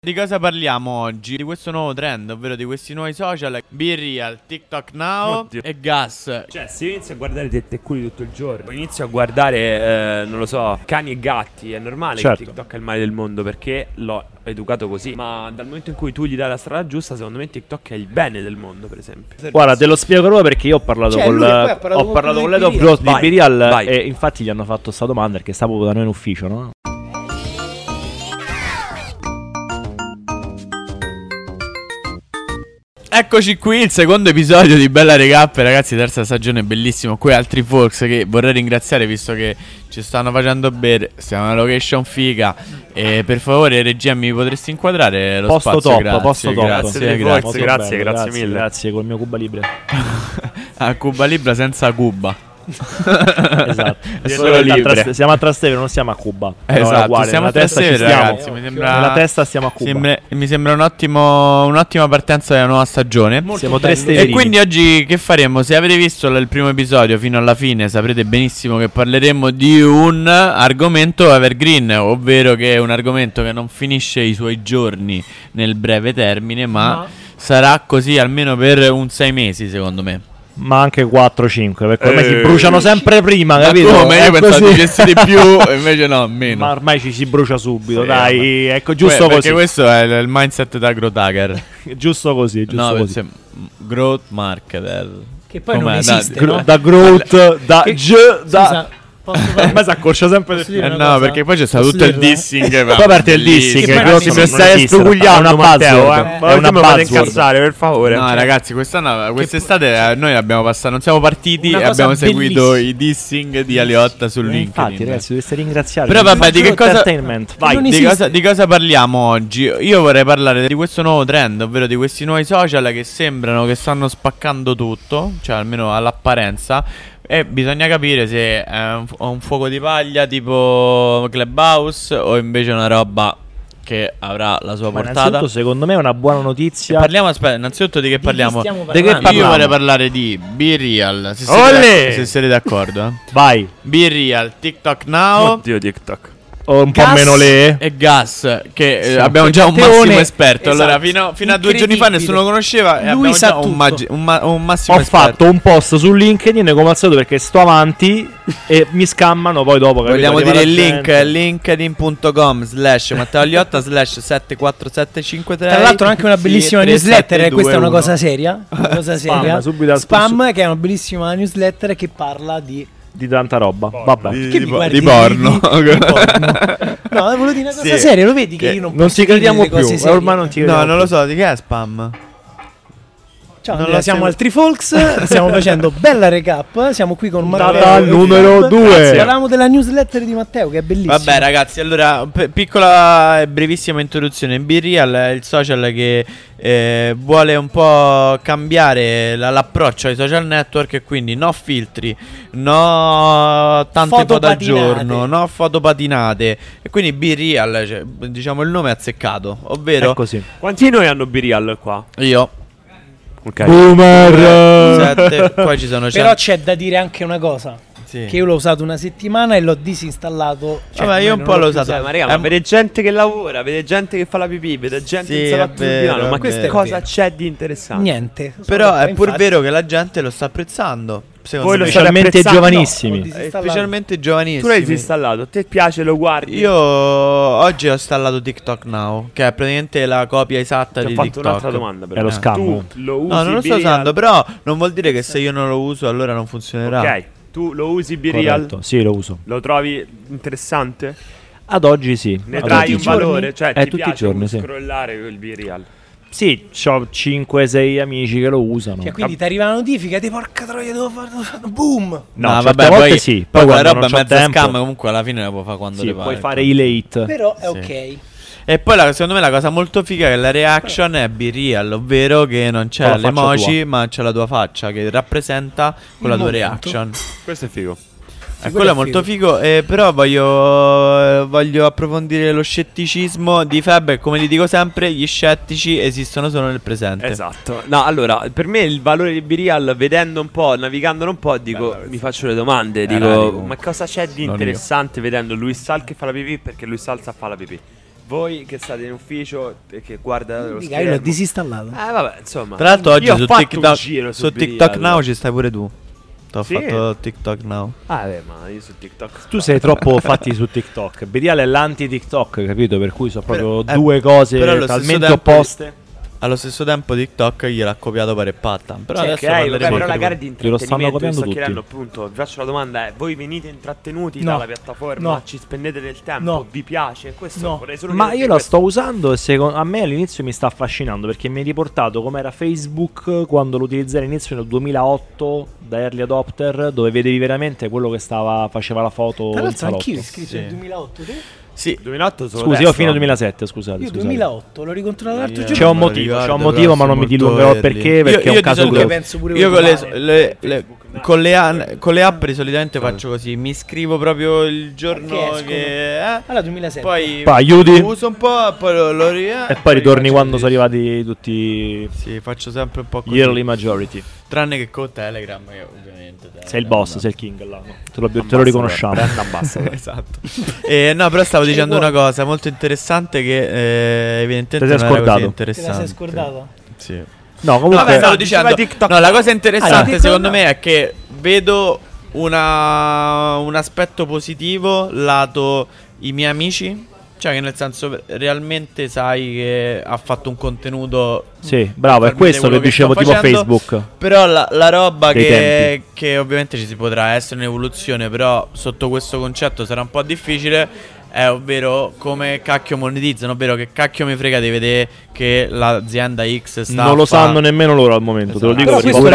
Di cosa parliamo oggi? Di questo nuovo trend, ovvero di questi nuovi social, BeReal, TikTok Now e Gas. Cioè, se io inizio a guardare tette e culi tutto il giorno, inizio a guardare, non lo so, cani e gatti, è normale che TikTok è il male del mondo perché l'ho educato così. Ma dal momento in cui tu gli dai la strada giusta, secondo me TikTok è il bene del mondo, per esempio. Guarda, te lo spiego proprio perché io ho parlato con l'head of growth di BeReal e infatti gli hanno fatto sta domanda perché sta proprio da noi in ufficio, no? Eccoci qui, il secondo episodio di Bella Recap, ragazzi, terza stagione, bellissimo. Qui altri folks che vorrei ringraziare visto che ci stanno facendo bere. Siamo in una location figa. E per favore, regia, mi potresti inquadrare lo posto spazio? Top, grazie, posto top. Grazie mille. Grazie col mio Cuba Libre. A Cuba Libra senza Cuba. Esatto. È solo libre. Siamo a Trastevere, non siamo a Cuba. Esatto, siamo a Trastevere, ragazzi. Nella testa stiamo a Cuba. Mi sembra un'ottima partenza della nuova stagione. Siamo Trastevere. E quindi oggi che faremo? Se avete visto il primo episodio fino alla fine, saprete benissimo che parleremo di un argomento evergreen, ovvero che è un argomento che non finisce i suoi giorni nel breve termine, ma sarà così almeno per un 6 mesi, secondo me. Ma anche 4-5, perché ormai si bruciano sempre prima, capito? Come? Io pensavo dicessi di più, invece no, meno. Ma ormai ci si brucia subito, dai, ecco, giusto così. Perché questo è il mindset da growth hacker. Giusto così, giusto così. Growth marketer. Che poi non esiste, no? Da growth, da ma si accorcia sempre di no, perché poi c'è stato tutto il dissing. Poi parte il dissing, se stai spugugliando Matteo, è una buzzword. Incazzare, per favore. No, ragazzi, quest'estate noi abbiamo passato, non siamo partiti e abbiamo seguito i dissing di Aliotta su LinkedIn. Infatti, ragazzi, dovreste ringraziare. Però vabbè, di cosa parliamo oggi? Io vorrei parlare di questo nuovo trend, ovvero di questi nuovi social che sembrano che stanno spaccando tutto, cioè almeno all'apparenza. E bisogna capire se è un fuoco di paglia tipo Clubhouse o invece una roba che avrà la sua portata. Innanzitutto, secondo me è una buona notizia. Aspetta, innanzitutto di che parliamo? Io vorrei parlare di BeReal, se siete d'accordo. Vai. BeReal, TikTok Now. Oddio, TikTok. Un po' meno le e Gas, che abbiamo già un massimo esperto. Allora, fino a 2 giorni fa nessuno conosceva. E lui sa un massimo esperto. Ho fatto un post su LinkedIn come al solito perché sto avanti e mi scammano poi dopo. Vogliamo dire il link: linkedin.com/MatteoLiotta/74753. Tra l'altro anche una bellissima newsletter. Questa è una cosa seria. Una cosa seria. Spam, che è una bellissima newsletter che parla di tanta roba. Vabbè. Di porno. No, volevo dire una cosa seria. Lo vedi che io non ci crediamo più. Ormai non ci crediamo. No, non lo so. Di che è spam? Ciao, siamo altri folks. Stiamo facendo Bella Recap. Siamo qui con Matteo. Numero 2. Parliamo della newsletter di Matteo, che è bellissima. Vabbè, ragazzi, allora piccola e brevissima introduzione. BeReal è il social che vuole un po' cambiare l'approccio ai social network, e quindi no filtri, no tante foto al giorno, no foto patinate. E quindi BeReal, cioè, diciamo, il nome è azzeccato, ovvero è così. Quanti noi hanno BeReal qua? Io. Okay. Boomer. 7. Poi ci sono 100. Però c'è da dire anche una cosa. Sì. Che io l'ho usato una settimana e l'ho disinstallato. Vabbè, io un po' l'ho usato. Ma raga, vede gente che lavora, vede gente che fa la pipì, vede gente in salotto sul divano. Ma cosa c'è di interessante? Niente. Però è pur vero che la gente lo sta apprezzando. Voi specialmente giovanissimi. Specialmente giovanissimi. Tu l'hai disinstallato, a te piace, lo guardi? Io oggi ho installato TikTok Now, che è praticamente la copia esatta di TikTok. Ho fatto un'altra domanda, però. È lo scam. Tu lo usi? No, non lo sto usando, però non vuol dire che se io non lo uso allora non funzionerà. Ok, tu lo usi BeReal? Sì, lo uso. Lo trovi interessante? Ad oggi sì. Ne trai un valore? Cioè, ti tutti piace i giorni, sì. scrollare il BeReal? Sì, ho 5-6 amici che lo usano. Cioè, quindi ti arriva la notifica di porca troia, devo fare boom. No, vabbè, volte sì. Poi quella roba è mezza scam, comunque alla fine la puoi fare quando le puoi fare i late. Però è ok. E poi secondo me la cosa molto figa è che la reaction è BeReal, ovvero che non c'è l'emoji ma c'è la tua faccia che rappresenta quella tua reaction. Questo è figo. Quello è molto figo, però voglio approfondire lo scetticismo di Feb, e come gli dico sempre, gli scettici esistono solo nel presente. Esatto. No, allora, per me il valore di BeReal, vedendo un po', navigando un po', dico, mi faccio le domande, dico, ma cosa c'è di interessante vedendo Luis Sal che fa la pipì, perché Luis Sal sa fa la pipì? voi che state in ufficio e che guardate lo schermo. Io l'ho disinstallato. Vabbè, insomma. Tra l'altro oggi su TikTok Now ci stai pure tu. Ho fatto TikTok Now. Ma io su TikTok. Tu sei troppo fatti su TikTok. Berial è l'anti-TikTok, capito? Per cui sono proprio due cose talmente opposte. Allo stesso tempo TikTok gliel'ha copiato pare patta. Però adesso però la gara di intrattenimento lo stanno copiando tutti. Appunto, vi faccio la domanda: voi venite intrattenuti dalla piattaforma? Ci spendete del tempo? Vi piace? Questo vorrei solo ma io la sto usando e a me all'inizio mi sta affascinando perché mi hai riportato com'era Facebook quando lo utilizzai all'inizio nel 2008 da early adopter, dove vedevi veramente quello che faceva la foto. Tra l'altro anch'io ho iscritto nel 2008 te? Sì, 2008 solo. Scusi, io fino al 2007, scusate. Io 2008 l'ho ricontrollato l'altro giorno. C'è un motivo, ma non mi dilungherò perché è un caso grosso. Io con le app solitamente faccio così, mi iscrivo proprio il giorno che allora 2007. Poi aiuti. Uso un po', poi lo e poi ritorni quando sono arrivati tutti. Sì, faccio sempre un po' così. Yearly majority. Tranne che con Telegram, io ovviamente sei il boss, sei il king là. Te lo riconosciamo. Esatto. No, però stavo dicendo una cosa molto interessante che evidentemente non era così interessante. Te la sei scordata? Sì. No, comunque vabbè, stavo dicendo no, la cosa interessante secondo me è che vedo un aspetto positivo lato i miei amici. Cioè che nel senso realmente sai che ha fatto un contenuto. Sì, bravo, è questo che dicevo tipo Facebook. Però la roba che ovviamente ci si potrà essere un'evoluzione, però sotto questo concetto sarà un po' difficile. È ovvero come cacchio monetizzano, ovvero che cacchio mi frega di vedere che l'azienda X sta. Non lo sanno nemmeno loro al momento, te lo dico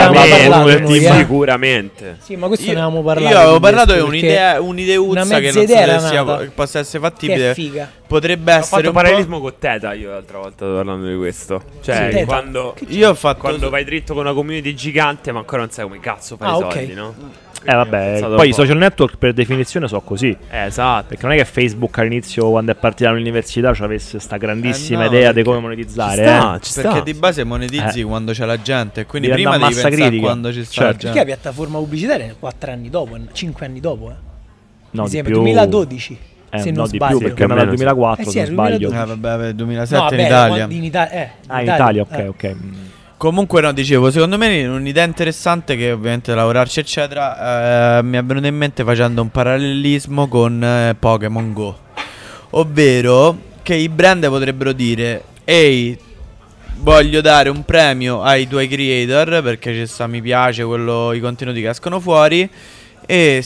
sicuramente. Sì, ma questo ne avevamo parlato. Io avevo parlato di un'ideuzza che non so se possa essere fattibile. Figa. Potrebbe essere un parallelismo con Teta io l'altra volta parlando di questo. Cioè quando vai dritto con una community gigante ma ancora non sai come cazzo fai i soldi, no? Vabbè, poi i social network per definizione sono così. Esatto. Perché non è che Facebook all'inizio, quando è partita all'università, avesse sta grandissima idea di come monetizzare. Perché di base monetizzi quando c'è la gente. Quindi prima devi pensare quando ci sta la gente. Perché la piattaforma pubblicitaria 4 anni dopo, 5 anni dopo. No, mi sembra 2012. Se non sbaglio, perché era nel 2004, se non sbaglio. Vabbè, 2007 in Italia. In Italia, ok. Comunque no, dicevo, secondo me un'idea interessante che ovviamente lavorarci eccetera mi è venuta in mente facendo un parallelismo con Pokémon Go. Ovvero che i brand potrebbero dire: ehi, voglio dare un premio ai tuoi creator perché ci sta, mi piace i contenuti che escono fuori. E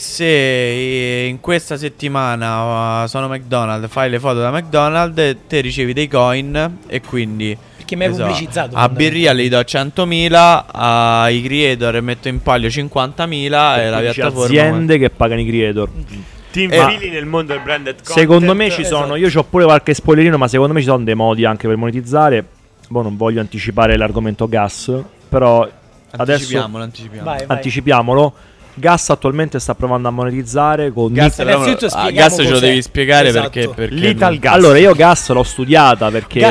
se in questa settimana sono McDonald's, fai le foto da McDonald's, te ricevi dei coin e quindi che mi hai pubblicizzato. A Birria gli do 100.000, ai creator metto in palio 50.000 e la piattaforma. Aziende che pagano i creator. Ti infili nel mondo del branded content. Secondo me ci sono, io ho pure qualche spoilerino, ma secondo me ci sono dei modi anche per monetizzare. Boh, non voglio anticipare l'argomento gas, però adesso anticipiamolo. Gas attualmente sta provando a monetizzare con Gas ce lo devi spiegare, esatto. perché Lethal Gas. Allora io Gas l'ho studiata perché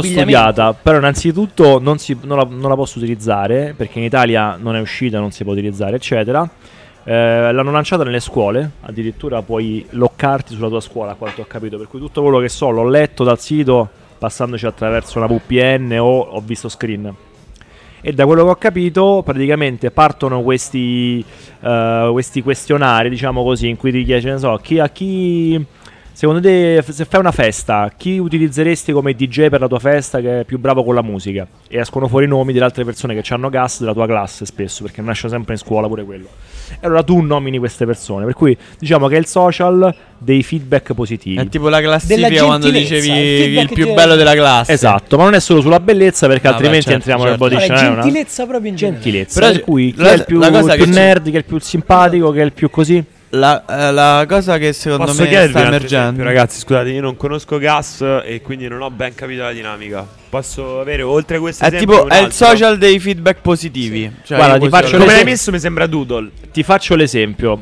però innanzitutto non la posso utilizzare perché in Italia non è uscita, non si può utilizzare eccetera. L'hanno lanciata nelle scuole, addirittura puoi loccarti sulla tua scuola, a quanto ho capito, per cui tutto quello che so l'ho letto dal sito passandoci attraverso una VPN o ho visto screen. E da quello che ho capito praticamente partono questi questionari, diciamo così, in cui ti chiede, ne so, chi secondo te, se fai una festa, chi utilizzeresti come DJ per la tua festa che è più bravo con la musica? E escono fuori i nomi delle altre persone che hanno gas della tua classe spesso, perché nasce sempre in scuola pure quello. E allora tu nomini queste persone, per cui diciamo che è il social dei feedback positivi. È tipo la classifica quando dicevi il più bello della classe. Esatto, ma non è solo sulla bellezza, perché altrimenti entriamo nel body channel. Gentilezza proprio in gentilezza. Però per cui chi è il più nerd, chi è il più simpatico, chi è il più così. La cosa che secondo me sta emergendo, ragazzi, scusate, io non conosco Gas e quindi non ho ben capito la dinamica. Posso avere oltre questo esempio? È il social dei feedback positivi. Sì. Cioè, guarda, ti faccio come l'hai messo mi sembra Doodle. Ti faccio l'esempio.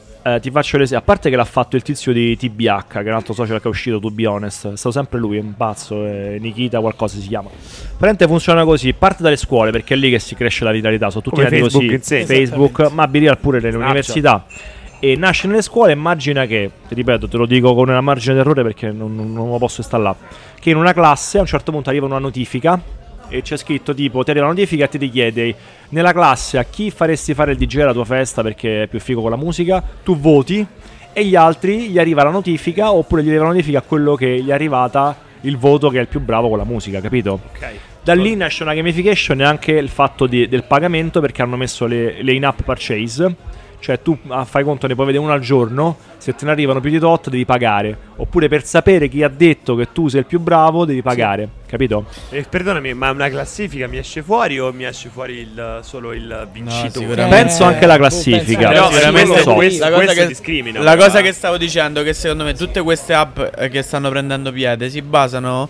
A parte che l'ha fatto il tizio di TBH, che è un altro social che è uscito, to be honest. È stato sempre lui, è un pazzo, Nikita qualcosa si chiama. Praticamente funziona così, parte dalle scuole perché è lì che si cresce la viralità. Sono tutti nati così, Facebook, ma Birial pure nelle università. E nasce nelle scuole, immagina che, ripeto, te lo dico con una margine d'errore perché non lo posso installare, che in una classe a un certo punto arriva una notifica e c'è scritto tipo, ti arriva la notifica e ti chiede nella classe a chi faresti fare il DJ alla tua festa perché è più figo con la musica, tu voti e gli altri gli arriva la notifica, oppure gli arriva la notifica a quello che gli è arrivata il voto che è il più bravo con la musica, capito? Ok. Da lì nasce una gamification e anche il fatto del pagamento, perché hanno messo le in-app purchase. Cioè tu fai conto, ne puoi vedere una al giorno, se te ne arrivano più di tot devi pagare. Oppure per sapere chi ha detto che tu sei il più bravo devi pagare, capito? Perdonami, ma una classifica mi esce fuori o mi esce fuori solo il vincitore? No, penso anche la classifica. Però sicuramente questo discrimina. La cosa che stavo dicendo è che secondo me tutte queste app che stanno prendendo piede si basano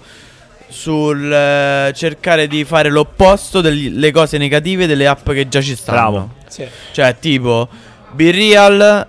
sul cercare di fare l'opposto delle cose negative delle app che già ci stanno. Bravo. Sì. Cioè tipo Be Real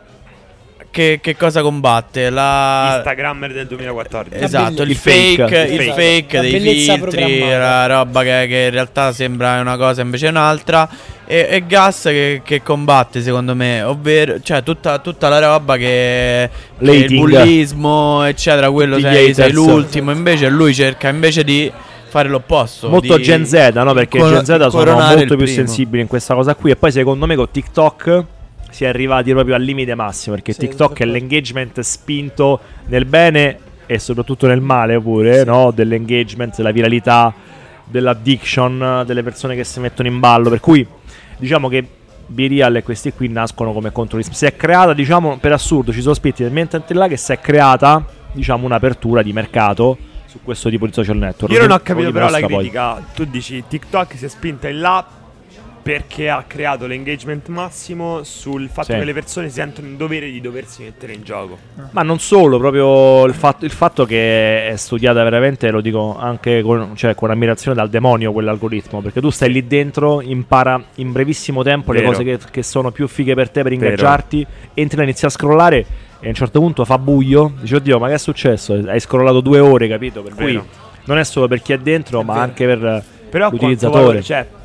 che cosa combatte? Instagrammer del 2014. Esatto, il Il fake La dei bellezza filtri, programmata. la roba che in realtà sembra una cosa invece è un'altra. E Gas che combatte secondo me, ovvero cioè tutta la roba che il bullismo eccetera, quello sei l'ultimo, invece lui cerca invece di fare l'opposto, molto Gen Z, no? Perché Gen Z sono molto più sensibili in questa cosa qui. E poi secondo me con TikTok si è arrivati proprio al limite massimo, perché TikTok è l'engagement spinto nel bene e soprattutto nel male pure, no? Dell'engagement, della viralità, dell'addiction, delle persone che si mettono in ballo. Per cui diciamo che Be Real e questi qui nascono come controlismo. Si è creata, diciamo, per assurdo, ci sono spinti talmente là che si è creata, diciamo, un'apertura di mercato su questo tipo di social network. Io non ho capito però la critica. Poi. Tu dici TikTok si è spinta in là perché ha creato l'engagement massimo sul fatto che le persone sentono il dovere di doversi mettere in gioco. Ma non solo, proprio il fatto che è studiata veramente, lo dico anche con ammirazione dal demonio quell'algoritmo, perché tu stai lì dentro, impara in brevissimo tempo le cose che sono più fighe per te per ingaggiarti, entri e inizi a scrollare e a un certo punto fa buio, dici oddio ma che è successo? Hai scrollato 2 ore, capito? Per cui non è solo per chi è dentro ma anche per l'utilizzatore.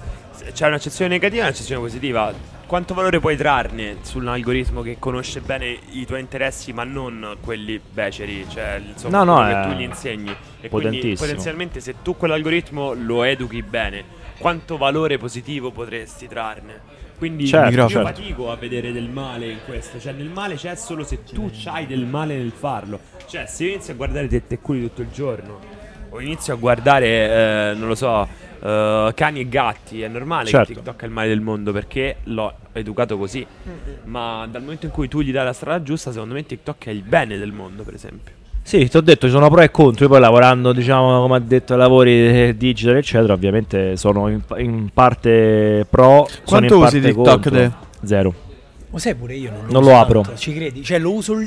C'è un'accezione negativa e un'accezione positiva. Quanto valore puoi trarne su un algoritmo che conosce bene i tuoi interessi ma non quelli beceri, cioè insomma quello che tu gli insegni? E quindi potenzialmente se tu quell'algoritmo lo educhi bene, quanto valore positivo potresti trarne? Quindi io fatico a vedere del male in questo. Cioè nel male c'è solo se tu c'hai del male nel farlo. Cioè se io inizio a guardare tette e culi tutto il giorno o inizio a guardare non lo so, cani e gatti, è normale che TikTok è il male del mondo perché l'ho educato così. Ma dal momento in cui tu gli dai la strada giusta, secondo me TikTok è il bene del mondo, per esempio. Sì, ti ho detto, ci sono pro e contro. Io poi lavorando, diciamo, come ha detto, ai lavori digital eccetera, ovviamente sono in parte pro. Quanto sono in usi parte TikTok contro. Zero. Lo sai pure io non lo apro. Ci credi? Cioè lo uso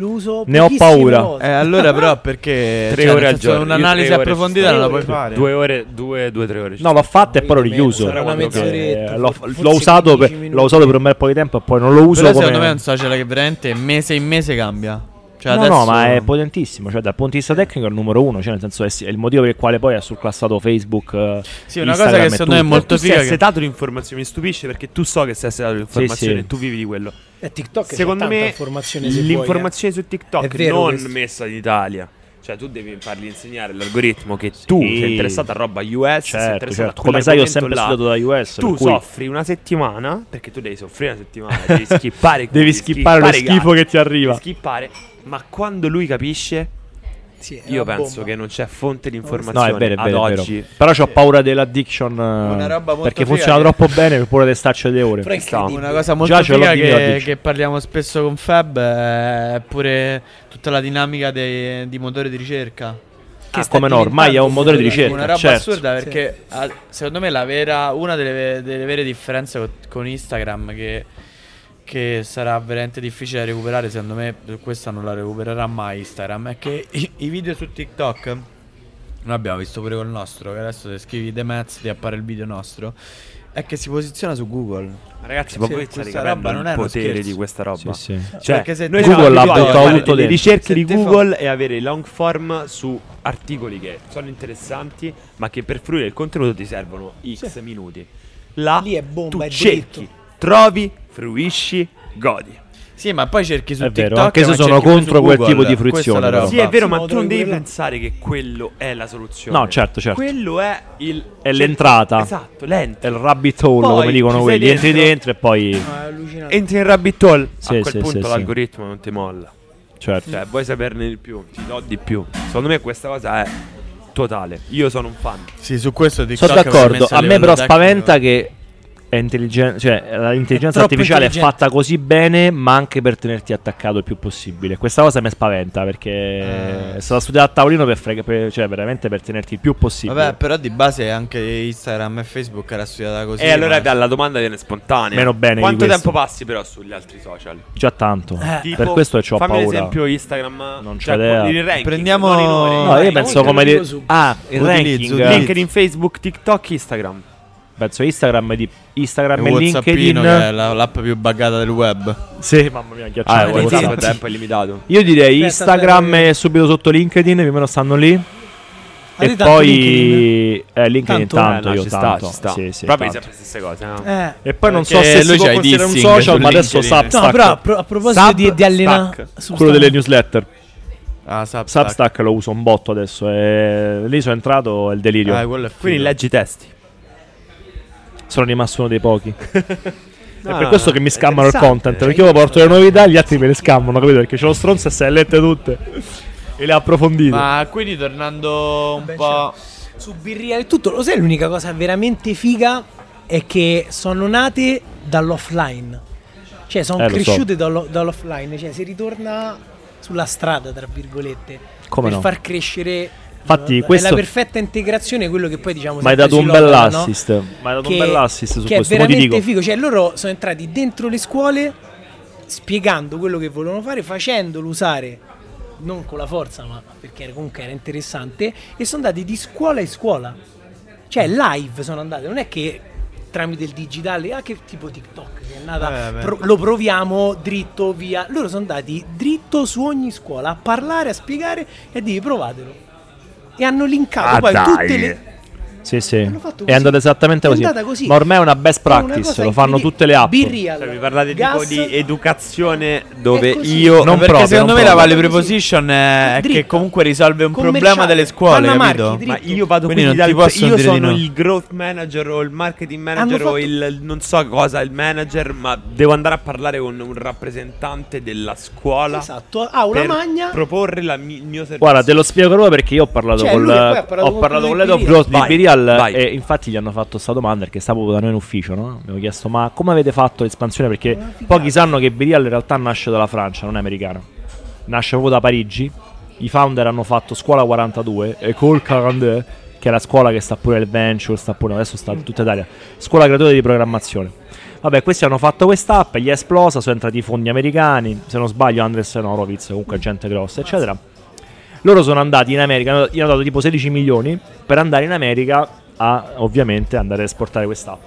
ne ho paura. Allora però perché 3 ore al giorno, un'analisi approfondita non la puoi fare. 2 ore, 2-3 ore. No, l'ho fatta e poi l'ho riuso. L'ho usato per un bel po' di tempo e poi non lo uso. Però secondo me è un social che veramente mese in mese cambia. Cioè no, ma è potentissimo. Cioè, dal punto di vista tecnico è il numero 1. Cioè, nel senso, è il motivo per il quale poi ha surclassato Facebook. Sì, una cosa che secondo me è molto figa. Tu sei assetato l'informazione. Mi stupisce perché tu so che sei assetato l'informazione e tu vivi di quello. TikTok secondo me l'informazione su TikTok non questo. messa in Italia. Cioè tu devi fargli insegnare l'algoritmo che tu sei interessato a roba US, sei interessato a come sai io ho sempre studiato da US. Tu soffri una settimana, perché tu devi soffrire una settimana, devi skippare devi skippare lo schifo che ti arriva. Devi skippare, ma quando lui capisce io penso che non c'è fonte di informazione ad oggi. Vero. Però c'ho paura dell'addiction perché funziona troppo bene per pure testarci le ore. Una cosa molto figa che parliamo spesso con Fab è pure tutta la dinamica di motore di ricerca. Come no, ormai è un motore di ricerca. Una roba assurda perché secondo me una delle vere differenze con Instagram che sarà veramente difficile da recuperare, secondo me questa non la recupererà mai Instagram, è che i video su TikTok, noi abbiamo visto pure col nostro, che adesso se scrivi The Mets ti appare il video nostro, è che si posiziona su Google. Ma ragazzi, ma voi state capendo il potere di questa roba? Sì. Cioè, perché se noi Google l'ha buttato tutto le ricerche di Google e avere long form su articoli che sono interessanti, ma che per fruire il contenuto ti servono X minuti. Là lì è bomba, tu cerchi, trovi, fruisci, godi. Sì, ma poi cerchi su è TikTok, vero, anche se sono contro quel tipo di fruizione. Sì, è vero, ma tu non devi pensare che quello è la soluzione. No, certo. Quello è l'entrata. Esatto, lento. È il rabbit hole, come dicono quelli. Entri dentro e poi entri in rabbit hole. Sì, a quel punto l'algoritmo non ti molla. Certo. Cioè, vuoi saperne di più, ti do di più. Secondo me questa cosa è totale. Io sono un fan. Sì, su questo sono d'accordo. A me però spaventa che è l'intelligenza artificiale è fatta così bene, ma anche per tenerti attaccato il più possibile. Questa cosa mi spaventa perché è stata studiata a tavolino cioè veramente per tenerti il più possibile. Vabbè, però di base anche Instagram e Facebook era studiata così. E allora la domanda viene spontanea. Meno bene. Quanto tempo passi però sugli altri social? Già tanto. Tipo, per questo c'ho paura. Fammi un esempio Instagram. Non c'ho idea. Il ranking, prendiamo. No, io penso come il ranking. LinkedIn, Facebook, TikTok, Instagram. Penso Instagram e LinkedIn, che è l'app più buggata del web. Sì, mamma mia, ghiacciato. Il tempo è limitato. Io direi Instagram e subito sotto LinkedIn, più o meno stanno lì. E poi LinkedIn tanto io ci tanto. sta. Sì, proprio tanto. sempre le stesse cose, no? E poi non so se si può considerare un social, ma adesso Substack. No, però a proposito di allenare quello delle newsletter. Substack. Substack lo uso un botto adesso. Lì sono entrato, è il delirio. Quindi leggi i testi. Sono rimasto uno dei pochi. È per questo che mi scammano il content. Perché io porto le novità, gli altri me le scammano, capito? Perché c'ho lo stronzo e se le lette tutte e le ha approfondite. Ma quindi tornando un po' su Birria e tutto, lo sai, l'unica cosa veramente figa è che sono nate dall'offline. Cioè sono cresciute dall'offline. Cioè si ritorna sulla strada, tra virgolette, come per no? far crescere. Infatti, questo è la perfetta integrazione, quello che poi diciamo. Ma hai dato un bell'assist. No? Ma hai dato un bell'assist su che questo. È veramente figo. Cioè, loro sono entrati dentro le scuole spiegando quello che volevano fare, facendolo usare non con la forza, ma perché comunque era interessante. E sono andati di scuola in scuola. Cioè, live sono andati. Non è che tramite il digitale, anche tipo TikTok che è nata, lo proviamo dritto via. Loro sono andati dritto su ogni scuola a parlare, a spiegare e a dire provatelo. E hanno linkato poi tutte le. Sì. È andato esattamente così. Ma ormai è una best practice, lo fanno tutte le app. Cioè, vi parlate tipo di educazione dove io non perché proprio, secondo me la value proposition è che comunque risolve un problema delle scuole, capito? Ma io vado quindi io sono il growth manager o il marketing manager o il non so cosa, il manager, ma devo andare a parlare con un rappresentante della scuola. Esatto, ha una magna, proporre il mio servizio. Guarda, te lo spiego proprio perché io ho parlato con l'head of growth di Birial. E infatti gli hanno fatto sta domanda perché stavo da noi in ufficio, no? Abbiamo chiesto ma come avete fatto l'espansione, perché pochi sanno che Birial in realtà nasce dalla Francia, non è americano, nasce proprio da Parigi. I founder hanno fatto Scuola 42 École 42, che è la scuola che sta pure nel venture, sta pure adesso sta in tutta Italia, scuola gratuita di programmazione. Vabbè, questi hanno fatto quest'app, gli è esplosa, sono entrati i fondi americani, se non sbaglio Andreessen Horowitz, comunque gente grossa eccetera. Loro sono andati in America, gli hanno dato tipo 16 milioni per andare in America a, ovviamente, andare a esportare quest'app.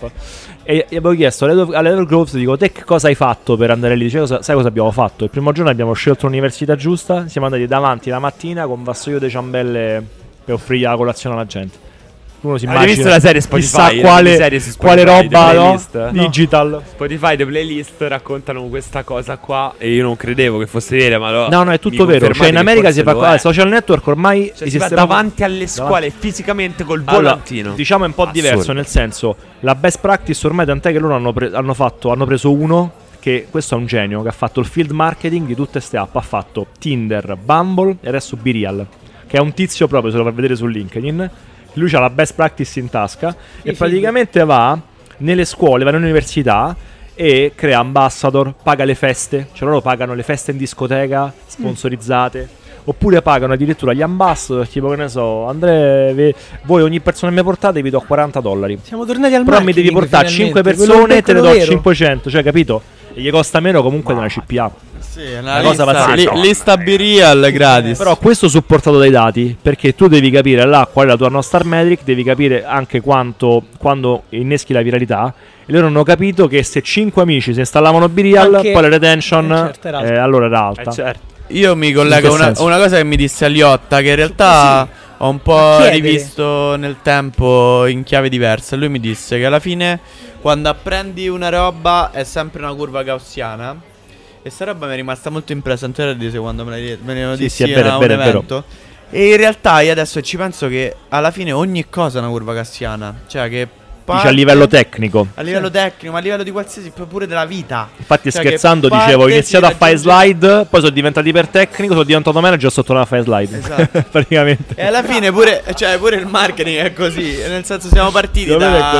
E avevo chiesto all'Head of Growth, dico, te che cosa hai fatto per andare lì? Dice, sai cosa abbiamo fatto? Il primo giorno abbiamo scelto l'università giusta, siamo andati davanti la mattina con vassoio di ciambelle per offrire la colazione alla gente. Uno si immagina, hai visto la serie Spotify? Chissà quale roba, no? Digital. Spotify, the playlist raccontano questa cosa qua e io non credevo che fosse vera, ma no, è tutto vero. Cioè in America si fa qua, il social network ormai si va davanti alle scuole fisicamente col volantino. Diciamo è un po' diverso, nel senso, la best practice ormai tant'è che loro hanno preso uno che questo è un genio, che ha fatto il field marketing di tutte queste app, ha fatto Tinder, Bumble e adesso Birial, che è un tizio proprio, se lo fa vedere su LinkedIn. Lui ha la best practice in tasca e praticamente va nelle scuole, va nelle università e crea ambassador, paga le feste, cioè loro pagano le feste in discoteca sponsorizzate, oppure pagano addirittura gli ambassador, tipo che ne so, Andrea, voi ogni persona che mi portate vi do $40. Siamo tornati al però mi devi portare 5 persone e te ne do 500, cioè capito? E gli costa meno comunque di una CPA. Sì, una cosa pazzesca. Lista Birial gratis. Però questo supportato dai dati, perché tu devi capire là qual è la tua nostra metric, devi capire anche quando inneschi la viralità. E loro hanno capito che se 5 amici si installavano Birial, anche poi la retention allora era alta. Certo. Io mi collego a una cosa che mi disse Aliotta, che in realtà ho un po' rivisto nel tempo in chiave diversa. Lui mi disse che alla fine quando apprendi una roba è sempre una curva gaussiana E sta roba mi è rimasta molto impressa. Non te la dico quando me ne dissi è vero, un evento. E in realtà io adesso ci penso che alla fine ogni cosa è una curva gaussiana. Cioè che dice a livello tecnico. A livello tecnico, ma a livello di qualsiasi, pure della vita. Infatti scherzando dicevo, ho iniziato a fare slide, poi sono diventato ipertecnico, sono diventato manager, sono tornato a fare slide. Esatto. Praticamente. E alla fine pure il marketing è così. Nel senso siamo partiti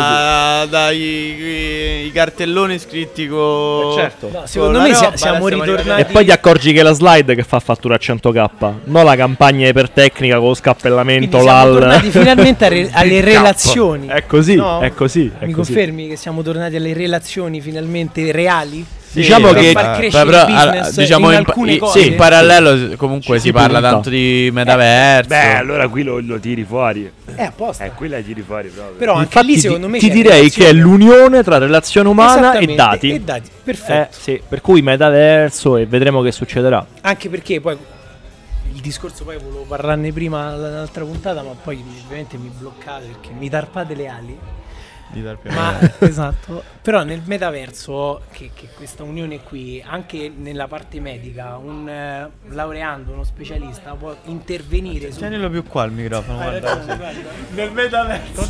dai cartelloni scritti con... certo. No, secondo me siamo ritornati. E poi ti accorgi che è la slide che fa fattura a 100k, non la campagna ipertecnica con lo scappellamento, siamo tornati finalmente alle relazioni. È così, no? È così. Mi confermi che siamo tornati alle relazioni finalmente reali? Sì, diciamo che far crescere il business diciamo in alcune cose. Sì, in parallelo comunque si parla tanto di metaverso. Beh, allora qui lo tiri fuori. Apposta. Qui la tiri fuori proprio. Però anche lì secondo me ti direi che è l'unione tra relazione umana e dati. E dati, perfetto. Sì, per cui metaverso e vedremo che succederà. Anche perché poi il discorso poi volevo parlarne prima nell'altra puntata, ma poi ovviamente mi bloccate perché mi tarpate le ali. Ma esatto. Però nel metaverso che questa unione qui, anche nella parte medica, un laureando, uno specialista può intervenire su... Tienilo più qua il microfono, guarda. Nel metaverso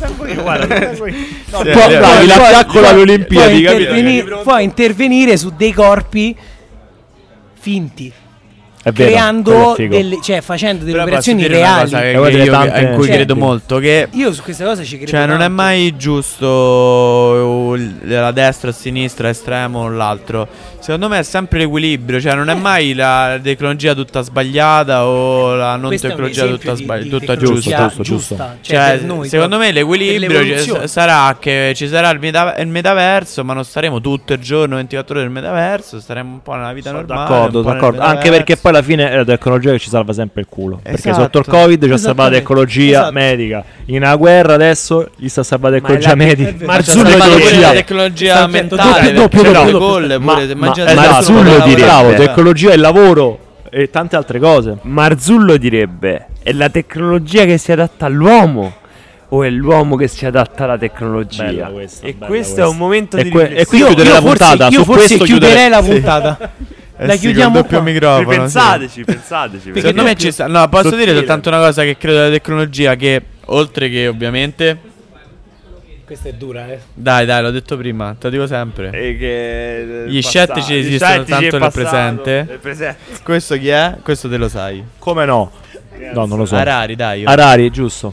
può intervenire su dei corpi finti. È vero, creando facendo delle operazioni reali. In cui credo molto. Che io su questa cosa ci credo. Cioè, non è mai giusto la destra, a sinistra, estremo o l'altro. Secondo me è sempre l'equilibrio. Cioè, non è mai la tecnologia tutta sbagliata o la non tecnologia tutta sbagliata, tutta giusta. Cioè, secondo me l'equilibrio sarà che ci sarà il metaverso, ma non staremo tutto il giorno 24 ore nel metaverso. Staremo un po' nella vita normale. D'accordo. Anche perché poi alla fine è la tecnologia che ci salva sempre il culo. Esatto. Perché sotto il Covid ci ha salvato la tecnologia medica. In una guerra adesso gli sta salvando la tecnologia medica. Marzullo la tecnologia mentale. Marzullo direbbe tecnologia e lavoro e tante altre cose. Marzullo direbbe: è la tecnologia che si adatta all'uomo o è l'uomo che si adatta alla tecnologia? Questo è un momento di riflessione. E qui chiudere la puntata. Io forse chiuderei la puntata. La chiudiamo il doppio microfono. Pensateci. Secondo me ci sta. No, posso dire soltanto una cosa che credo della tecnologia, che oltre che ovviamente questa è dura, Dai, l'ho detto prima, te lo dico sempre. Che gli scettici esistono tanto nel presente. Questo chi è? Questo te lo sai. Come no? No, non lo so. Harari, giusto.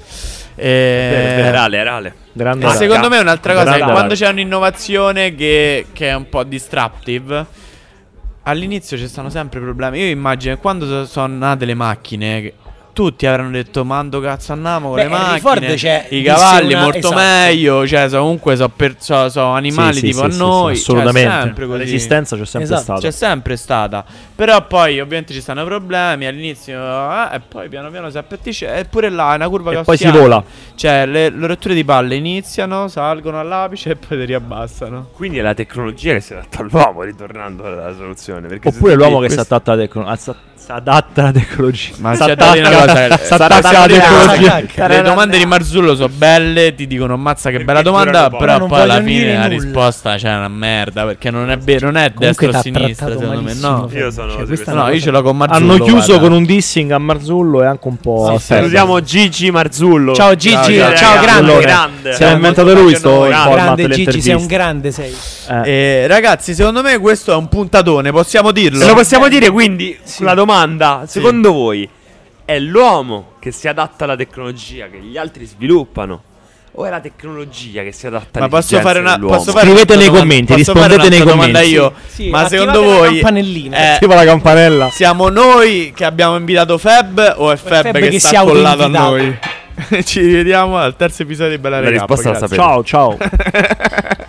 Arale. E secondo me un'altra cosa è che quando c'è un'innovazione che è un po' disruptive, all'inizio ci stanno sempre problemi. Io immagino che quando sono nate le macchine, tutti avranno detto: mando cazzo andiamo con le macchine, i cavalli molto meglio. Cioè comunque sono animali tipo a noi. Assolutamente. La resistenza c'è sempre stata. C'è sempre stata. Però poi ovviamente ci stanno problemi all'inizio, e poi piano piano si appettisce. E pure là è una curva gaussiana. E poi si vola. Cioè le rotture di palle iniziano, salgono all'apice e poi si riabbassano. Quindi è la tecnologia che si adatta all'uomo, ritornando alla soluzione. Oppure l'uomo che si adatta alla tecnologia. Si adatta alla tecnologia. Ma c'è da dire una cosa, le domande di Marzullo sono belle, ti dicono ammazza che bella domanda, però poi alla fine la risposta c'è una merda, perché non è vero, non è destra o sinistra, secondo me. No, io sono io ce l'ho con Marzullo. Hanno chiuso con un dissing a Marzullo e anche un po'. Salutiamo Gigi Marzullo. Ciao Gigi, ciao grande. Si è inventato lui sto grande Gigi, sei un grande ragazzi, secondo me questo è un puntatone, possiamo dirlo. Lo possiamo dire, quindi la domanda, secondo voi è l'uomo che si adatta alla tecnologia che gli altri sviluppano o è la tecnologia che si adatta alle esigenze dell'uomo? Scrivete nei commenti, rispondete nei commenti. Io. Ma secondo voi attiva la campanella. Siamo noi che abbiamo invitato Feb o è Feb che sta collato a noi? Ci rivediamo al terzo episodio di Bella Recap. La risposta la sapete. Ciao.